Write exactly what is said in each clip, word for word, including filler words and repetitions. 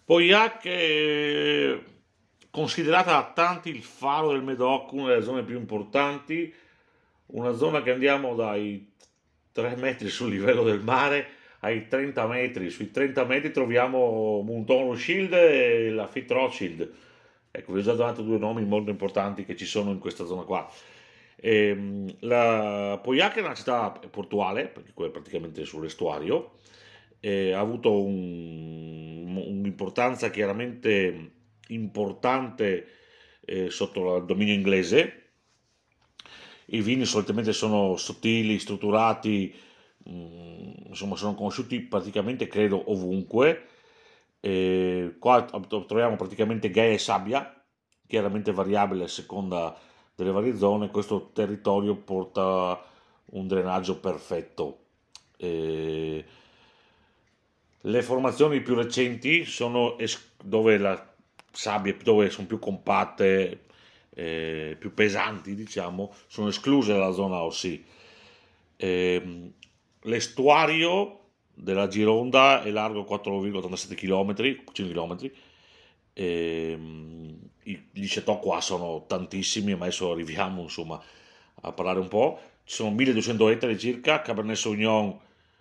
Pauillac è considerata da tanti il faro del Médoc, una delle zone più importanti, una zona che andiamo dai tre metri sul livello del mare ai trenta metri. Sui trenta metri troviamo Monton Rothschild e la Fit Rothschild. Ecco, vi ho già dato due nomi molto importanti che ci sono in questa zona qua. Ehm, la Pauillac è una città portuale, perché è praticamente sull'estuario, e ha avuto un- un'importanza chiaramente importante eh, sotto il dominio inglese. I vini solitamente sono sottili, strutturati, mm, insomma sono conosciuti praticamente credo ovunque. E qua troviamo praticamente ghiaia e sabbia, chiaramente variabile a seconda delle varie zone. Questo territorio porta un drenaggio perfetto. E le formazioni più recenti sono es- dove la sabbia, dove sono più compatte, eh, più pesanti, diciamo, sono escluse dalla zona O S. Ehm, L'estuario della Gironda è largo quattro virgola ottantasette km, cinque chilometri. Ehm, i- gli chateau qua sono tantissimi, ma adesso arriviamo insomma a parlare un po'. Ci sono milleduecento ettari circa, Cabernet Sauvignon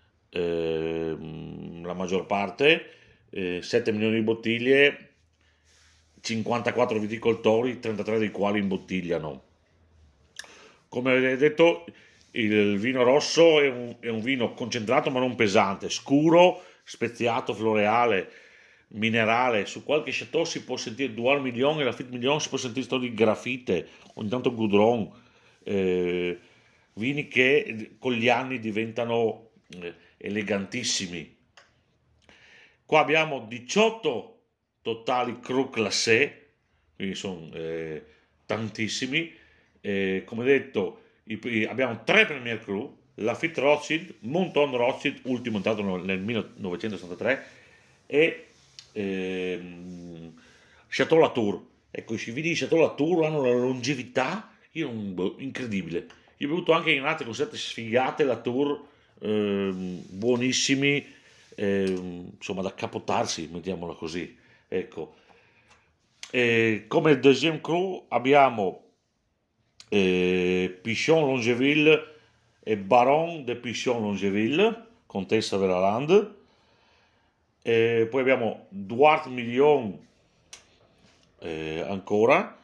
ehm, la maggior parte, eh, sette milioni di bottiglie, cinquantaquattro viticoltori, trentatré dei quali imbottigliano. Come avete detto, il vino rosso è un, è un vino concentrato ma non pesante, scuro, speziato, floreale, minerale. Su qualche chateau si può sentire Dual Million e la Fit Million, si può sentire storie di grafite, ogni tanto Goudron, eh, vini che con gli anni diventano eh, elegantissimi. Qua abbiamo diciotto totali cru classé, quindi sono eh, tantissimi. Eh, come detto, i- i- abbiamo tre Premier Cru, la Fit Rothschild, Monton Rothschild, ultimo entrato nel nel millenovecentosessantatré, e ehm, Chateau Latour. Ecco, i vini di Chateau Latour hanno una longevità io non- boh, incredibile. Io ho bevuto anche in altre cosette sfigate Latour, ehm, buonissimi, ehm, insomma da capotarsi, mettiamola così. Ecco. E come deuxième cru abbiamo eh, Pichon Longeville e Baron de Pichon Longeville, contessa della Lande. E poi abbiamo Duarte Million eh, ancora,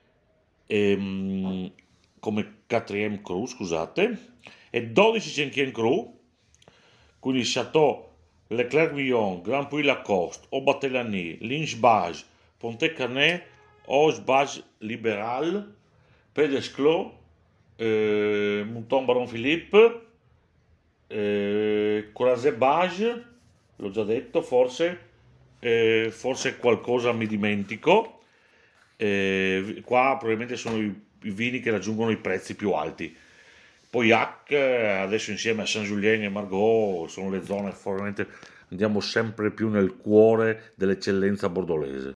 ehm, come quatrième cru, scusate, e dodici cinquième cru, quindi Chateau, Leclerc-Millon, Grand Puy-Lacoste, Aubat-Telany, Lynch-Bages, Pontet-Canet, Auge-Bages Libéral, Pedesclos, eh, Mouton-Baron-Philippe, eh, Corazet-Bages, l'ho già detto, forse, eh, forse qualcosa mi dimentico. Eh, qua probabilmente sono i, i vini che raggiungono i prezzi più alti. Poi Hack, adesso insieme a Saint-Julien e Margaux, sono le zone, probabilmente andiamo sempre più nel cuore dell'eccellenza bordolese.